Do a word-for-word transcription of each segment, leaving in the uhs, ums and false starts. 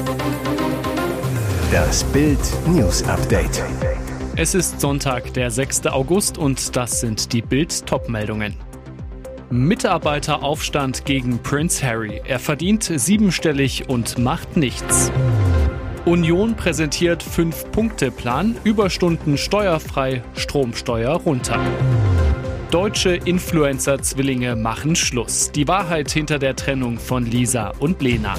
Das Bild News Update. Es ist Sonntag, der sechster August und das sind die Bild-Top-Meldungen. Mitarbeiteraufstand gegen Prince Harry. Er verdient siebenstellig und macht nichts. Union präsentiert fünf-Punkte-Plan, Überstunden steuerfrei, Stromsteuer runter. Deutsche Influencer-Zwillinge machen Schluss. Die Wahrheit hinter der Trennung von Lisa und Lena.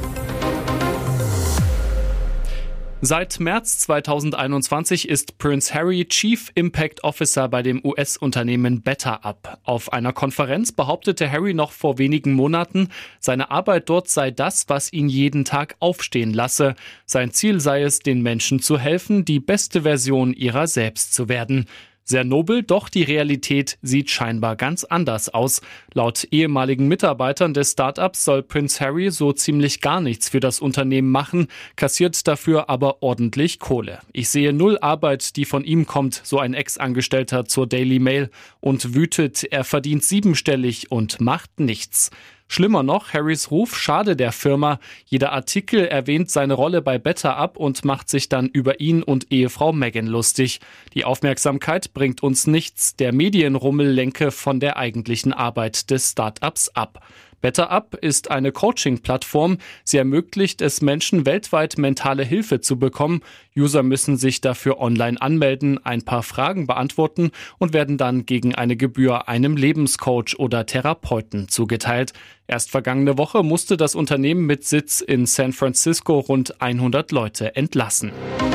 Seit März zweitausendeinundzwanzig ist Prince Harry Chief Impact Officer bei dem U S-Unternehmen BetterUp. Auf einer Konferenz behauptete Harry noch vor wenigen Monaten, seine Arbeit dort sei das, was ihn jeden Tag aufstehen lasse. Sein Ziel sei es, den Menschen zu helfen, die beste Version ihrer selbst zu werden. Sehr nobel, doch die Realität sieht scheinbar ganz anders aus. Laut ehemaligen Mitarbeitern des Startups soll Prince Harry so ziemlich gar nichts für das Unternehmen machen, kassiert dafür aber ordentlich Kohle. Ich sehe null Arbeit, die von ihm kommt, so ein Ex-Angestellter zur Daily Mail und wütet, er verdient siebenstellig und macht nichts. Schlimmer noch, Harrys Ruf schade der Firma. Jeder Artikel erwähnt seine Rolle bei BetterUp und macht sich dann über ihn und Ehefrau Meghan lustig. Die Aufmerksamkeit bringt uns nichts. Der Medienrummel lenke von der eigentlichen Arbeit des Startups ab. BetterUp ist eine Coaching-Plattform. Sie ermöglicht es Menschen weltweit, mentale Hilfe zu bekommen. User müssen sich dafür online anmelden, ein paar Fragen beantworten und werden dann gegen eine Gebühr einem Lebenscoach oder Therapeuten zugeteilt. Erst vergangene Woche musste das Unternehmen mit Sitz in San Francisco rund hundert Leute entlassen.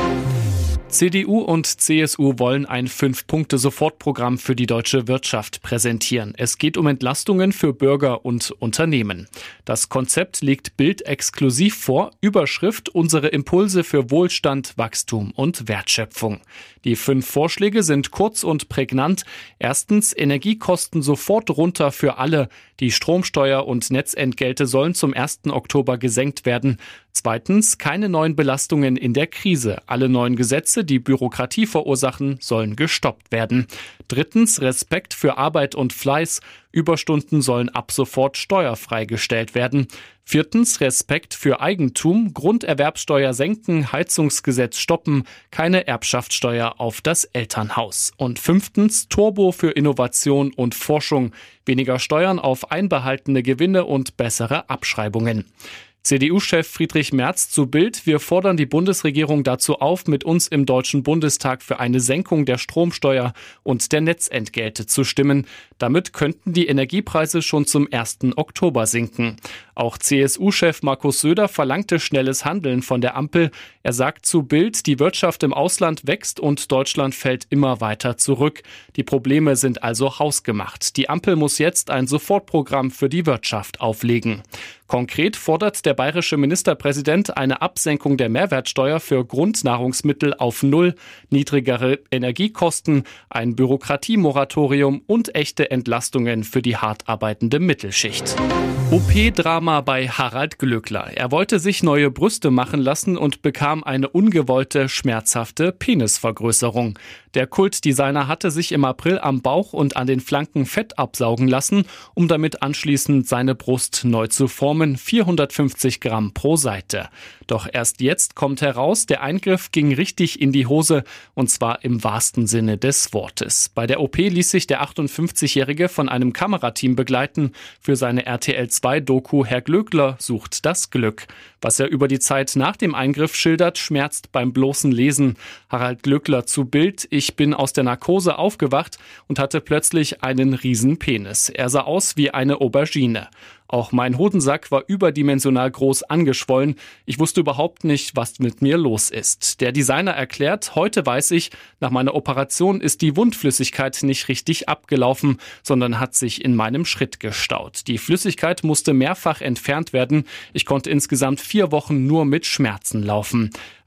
C D U und C S U wollen ein Fünf-Punkte-Sofortprogramm für die deutsche Wirtschaft präsentieren. Es geht um Entlastungen für Bürger und Unternehmen. Das Konzept legt Bild exklusiv vor. Überschrift: Unsere Impulse für Wohlstand, Wachstum und Wertschöpfung. Die fünf Vorschläge sind kurz und prägnant. Erstens, Energiekosten sofort runter für alle. Die Stromsteuer und Netzentgelte sollen zum ersten Oktober gesenkt werden. Zweitens, keine neuen Belastungen in der Krise. Alle neuen Gesetze, die Bürokratie verursachen, sollen gestoppt werden. Drittens, Respekt für Arbeit und Fleiß. Überstunden sollen ab sofort steuerfrei gestellt werden. Viertens, Respekt für Eigentum. Grunderwerbsteuer senken, Heizungsgesetz stoppen, keine Erbschaftssteuer auf das Elternhaus. Und fünftens, Turbo für Innovation und Forschung. Weniger Steuern auf einbehaltene Gewinne und bessere Abschreibungen. C D U-Chef Friedrich Merz zu Bild: Wir fordern die Bundesregierung dazu auf, mit uns im Deutschen Bundestag für eine Senkung der Stromsteuer und der Netzentgelte zu stimmen. Damit könnten die Energiepreise schon zum ersten Oktober sinken. Auch C S U-Chef Markus Söder verlangte schnelles Handeln von der Ampel. Er sagt zu Bild, die Wirtschaft im Ausland wächst und Deutschland fällt immer weiter zurück. Die Probleme sind also hausgemacht. Die Ampel muss jetzt ein Sofortprogramm für die Wirtschaft auflegen. Konkret fordert der bayerische Ministerpräsident eine Absenkung der Mehrwertsteuer für Grundnahrungsmittel auf Null, niedrigere Energiekosten, ein Bürokratiemoratorium und echte Entlastungen für die hart arbeitende Mittelschicht. O P-Drama bei Harald Glöckler. Er wollte sich neue Brüste machen lassen und bekam eine ungewollte, schmerzhafte Penisvergrößerung. Der Kultdesigner hatte sich im April am Bauch und an den Flanken Fett absaugen lassen, um damit anschließend seine Brust neu zu formen, vierhundertfünfzig Gramm pro Seite. Doch erst jetzt kommt heraus, der Eingriff ging richtig in die Hose, und zwar im wahrsten Sinne des Wortes. Bei der O P ließ sich der achtundfünfzigjährige von einem Kamerateam begleiten. Für seine R T L zwei Doku Herr Glöckler sucht das Glück. Was er über die Zeit nach dem Eingriff schildert, schmerzt beim bloßen Lesen. Harald Glöckler zu Bild: Ich bin aus der Narkose aufgewacht und hatte plötzlich einen riesen Penis. Er sah aus wie eine Aubergine. Auch mein Hodensack war überdimensional groß angeschwollen. Ich wusste überhaupt nicht, was mit mir los ist. Der Designer erklärt: Heute weiß ich, nach meiner Operation ist die Wundflüssigkeit nicht richtig abgelaufen, sondern hat sich in meinem Schritt gestaut. Die Flüssigkeit musste mehrfach entfernt werden. Ich konnte insgesamt vier Wochen nur mit Schmerzen laufen.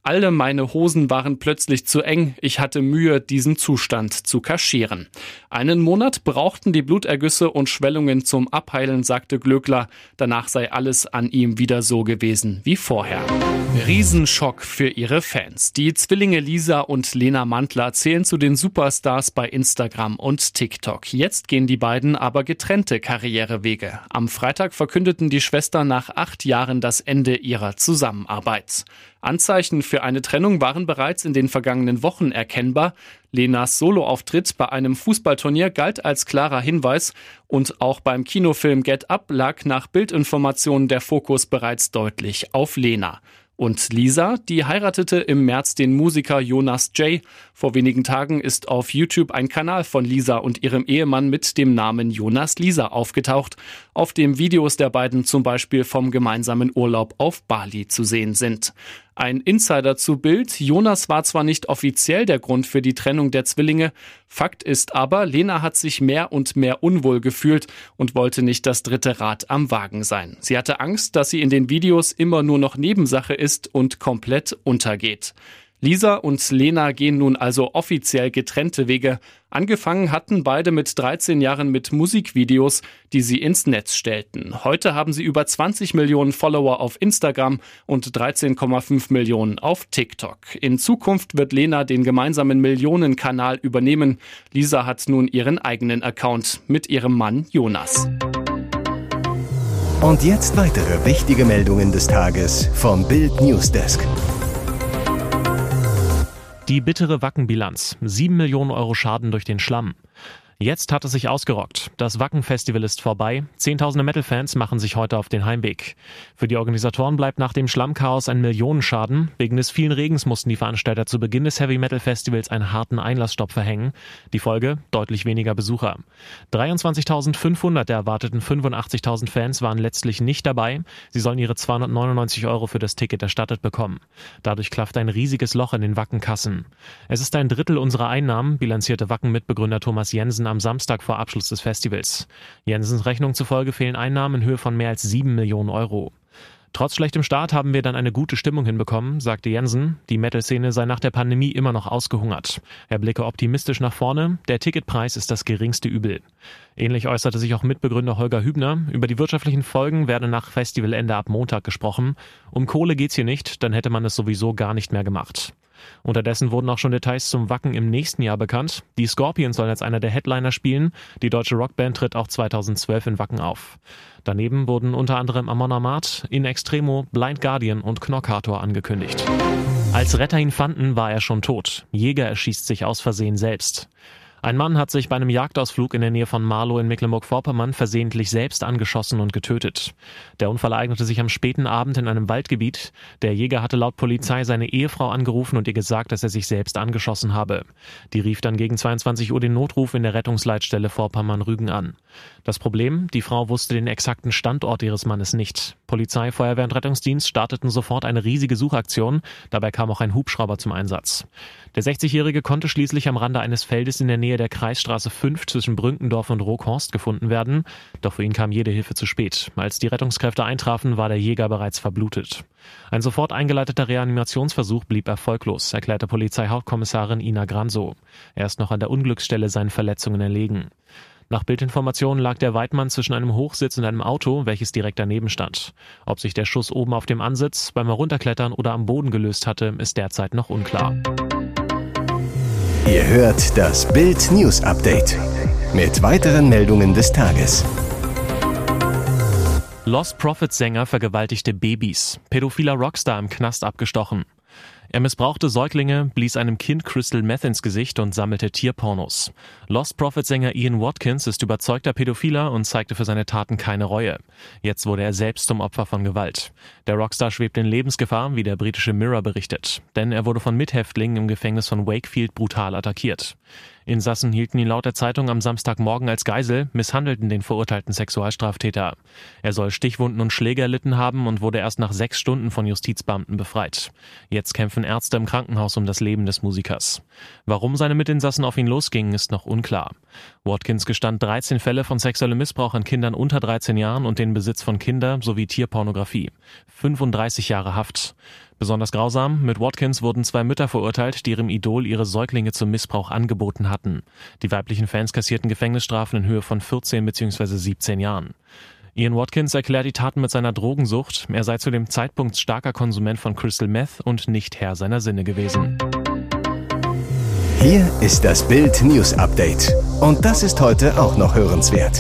Alle meine Hosen waren plötzlich zu eng. Ich hatte Mühe, diesen Zustand zu kaschieren. Einen Monat brauchten die Blutergüsse und Schwellungen zum Abheilen, sagte Glöckler. Danach sei alles an ihm wieder so gewesen wie vorher. Riesenschock für ihre Fans. Die Zwillinge Lisa und Lena Mandler zählen zu den Superstars bei Instagram und TikTok. Jetzt gehen die beiden aber getrennte Karrierewege. Am Freitag verkündeten die Schwestern nach acht Jahren das Ende ihrer Zusammenarbeit. Anzeichen für eine Trennung waren bereits in den vergangenen Wochen erkennbar. Lenas Soloauftritt bei einem Fußballturnier galt als klarer Hinweis und auch beim Kinofilm Get Up lag nach Bildinformationen der Fokus bereits deutlich auf Lena. Und Lisa, die heiratete im März den Musiker Jonas J. Vor wenigen Tagen ist auf YouTube ein Kanal von Lisa und ihrem Ehemann mit dem Namen Jonas Lisa aufgetaucht, auf dem Videos der beiden zum Beispiel vom gemeinsamen Urlaub auf Bali zu sehen sind. Ein Insider zu Bild: Jonas war zwar nicht offiziell der Grund für die Trennung der Zwillinge, Fakt ist aber, Lena hat sich mehr und mehr unwohl gefühlt und wollte nicht das dritte Rad am Wagen sein. Sie hatte Angst, dass sie in den Videos immer nur noch Nebensache ist und komplett untergeht. Lisa und Lena gehen nun also offiziell getrennte Wege. Angefangen hatten beide mit dreizehn Jahren mit Musikvideos, die sie ins Netz stellten. Heute haben sie über zwanzig Millionen Follower auf Instagram und dreizehn Komma fünf Millionen auf TikTok. In Zukunft wird Lena den gemeinsamen Millionenkanal übernehmen. Lisa hat nun ihren eigenen Account mit ihrem Mann Jonas. Und jetzt weitere wichtige Meldungen des Tages vom Bild Newsdesk. Die bittere Wacken-Bilanz. Sieben Millionen Euro Schaden durch den Schlamm. Jetzt hat es sich ausgerockt. Das Wacken-Festival ist vorbei. Zehntausende Metal-Fans machen sich heute auf den Heimweg. Für die Organisatoren bleibt nach dem Schlammchaos ein Millionenschaden. Wegen des vielen Regens mussten die Veranstalter zu Beginn des Heavy-Metal-Festivals einen harten Einlassstopp verhängen. Die Folge? Deutlich weniger Besucher. dreiundzwanzigtausendfünfhundert der erwarteten fünfundachtzigtausend Fans waren letztlich nicht dabei. Sie sollen ihre zweihundertneunundneunzig Euro für das Ticket erstattet bekommen. Dadurch klafft ein riesiges Loch in den Wacken-Kassen. Es ist ein Drittel unserer Einnahmen, bilanzierte Wacken-Mitbegründer Thomas Jensen am Samstag vor Abschluss des Festivals. Jensens Rechnung zufolge fehlen Einnahmen in Höhe von mehr als sieben Millionen Euro. Trotz schlechtem Start haben wir dann eine gute Stimmung hinbekommen, sagte Jensen. Die Metal-Szene sei nach der Pandemie immer noch ausgehungert. Er blicke optimistisch nach vorne. Der Ticketpreis ist das geringste Übel. Ähnlich äußerte sich auch Mitbegründer Holger Hübner. Über die wirtschaftlichen Folgen werde nach Festivalende ab Montag gesprochen. Um Kohle geht's hier nicht, dann hätte man es sowieso gar nicht mehr gemacht. Unterdessen wurden auch schon Details zum Wacken im nächsten Jahr bekannt. Die Scorpions sollen als einer der Headliner spielen. Die deutsche Rockband tritt auch zweitausendzwölf in Wacken auf. Daneben wurden unter anderem Amon Amarth, In Extremo, Blind Guardian und Knockator angekündigt. Als Retter ihn fanden, war er schon tot. Jäger erschießt sich aus Versehen selbst. Ein Mann hat sich bei einem Jagdausflug in der Nähe von Marlow in Mecklenburg-Vorpommern versehentlich selbst angeschossen und getötet. Der Unfall ereignete sich am späten Abend in einem Waldgebiet. Der Jäger hatte laut Polizei seine Ehefrau angerufen und ihr gesagt, dass er sich selbst angeschossen habe. Die rief dann gegen zweiundzwanzig Uhr den Notruf in der Rettungsleitstelle Vorpommern-Rügen an. Das Problem? Die Frau wusste den exakten Standort ihres Mannes nicht. Polizei, Feuerwehr und Rettungsdienst starteten sofort eine riesige Suchaktion. Dabei kam auch ein Hubschrauber zum Einsatz. Der sechzigjährige konnte schließlich am Rande eines Feldes in der Nähe der Kreisstraße fünf zwischen Brünkendorf und Roghorst gefunden werden. Doch für ihn kam jede Hilfe zu spät. Als die Rettungskräfte eintrafen, war der Jäger bereits verblutet. Ein sofort eingeleiteter Reanimationsversuch blieb erfolglos, erklärte Polizeihauptkommissarin Ina Granso. Er ist noch an der Unglücksstelle seinen Verletzungen erlegen. Nach Bildinformationen lag der Weidmann zwischen einem Hochsitz und einem Auto, welches direkt daneben stand. Ob sich der Schuss oben auf dem Ansitz, beim Herunterklettern oder am Boden gelöst hatte, ist derzeit noch unklar. Ihr hört das Bild News Update mit weiteren Meldungen des Tages. Lost Prophets Sänger vergewaltigte Babys. Pädophiler Rockstar im Knast abgestochen. Er missbrauchte Säuglinge, blies einem Kind Crystal Meth ins Gesicht und sammelte Tierpornos. Lost Prophets-Sänger Ian Watkins ist überzeugter Pädophiler und zeigte für seine Taten keine Reue. Jetzt wurde er selbst zum Opfer von Gewalt. Der Rockstar schwebt in Lebensgefahr, wie der britische Mirror berichtet. Denn er wurde von Mithäftlingen im Gefängnis von Wakefield brutal attackiert. Insassen hielten ihn laut der Zeitung am Samstagmorgen als Geisel, misshandelten den verurteilten Sexualstraftäter. Er soll Stichwunden und Schläge erlitten haben und wurde erst nach sechs Stunden von Justizbeamten befreit. Jetzt kämpfen Ärzte im Krankenhaus um das Leben des Musikers. Warum seine Mitinsassen auf ihn losgingen, ist noch unklar. Watkins gestand dreizehn Fälle von sexuellem Missbrauch an Kindern unter dreizehn Jahren und den Besitz von Kinder- sowie Tierpornografie. fünfunddreißig Jahre Haft. Besonders grausam, mit Watkins wurden zwei Mütter verurteilt, die ihrem Idol ihre Säuglinge zum Missbrauch angeboten hatten. Die weiblichen Fans kassierten Gefängnisstrafen in Höhe von vierzehn bzw. siebzehn Jahren. Ian Watkins erklärt die Taten mit seiner Drogensucht. Er sei zu dem Zeitpunkt starker Konsument von Crystal Meth und nicht Herr seiner Sinne gewesen. Hier ist das Bild News Update. Und das ist heute auch noch hörenswert.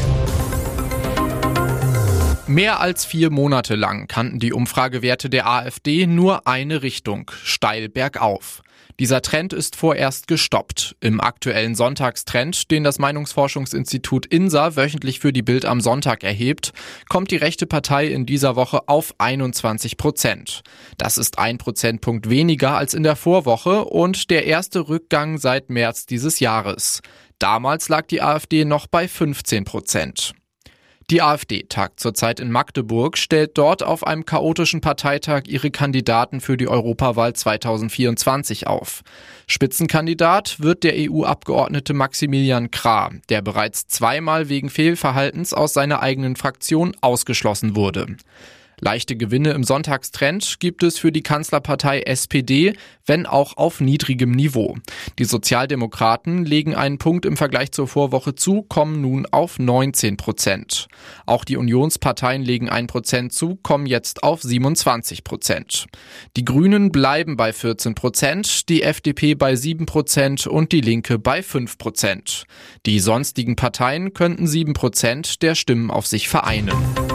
Mehr als vier Monate lang kannten die Umfragewerte der AfD nur eine Richtung, steil bergauf. Dieser Trend ist vorerst gestoppt. Im aktuellen Sonntagstrend, den das Meinungsforschungsinstitut I N S A wöchentlich für die Bild am Sonntag erhebt, kommt die rechte Partei in dieser Woche auf einundzwanzig Prozent. Das ist ein Prozentpunkt weniger als in der Vorwoche und der erste Rückgang seit März dieses Jahres. Damals lag die AfD noch bei fünfzehn Prozent. Die AfD tagt zurzeit in Magdeburg, stellt dort auf einem chaotischen Parteitag ihre Kandidaten für die Europawahl zweitausendvierundzwanzig auf. Spitzenkandidat wird der E U-Abgeordnete Maximilian Krah, der bereits zweimal wegen Fehlverhaltens aus seiner eigenen Fraktion ausgeschlossen wurde. Leichte Gewinne im Sonntagstrend gibt es für die Kanzlerpartei S P D, wenn auch auf niedrigem Niveau. Die Sozialdemokraten legen einen Punkt im Vergleich zur Vorwoche zu, kommen nun auf neunzehn Prozent. Auch die Unionsparteien legen ein Prozent zu, kommen jetzt auf siebenundzwanzig Prozent. Die Grünen bleiben bei vierzehn Prozent, die F D P bei sieben Prozent und die Linke bei fünf Prozent. Die sonstigen Parteien könnten sieben Prozent der Stimmen auf sich vereinen.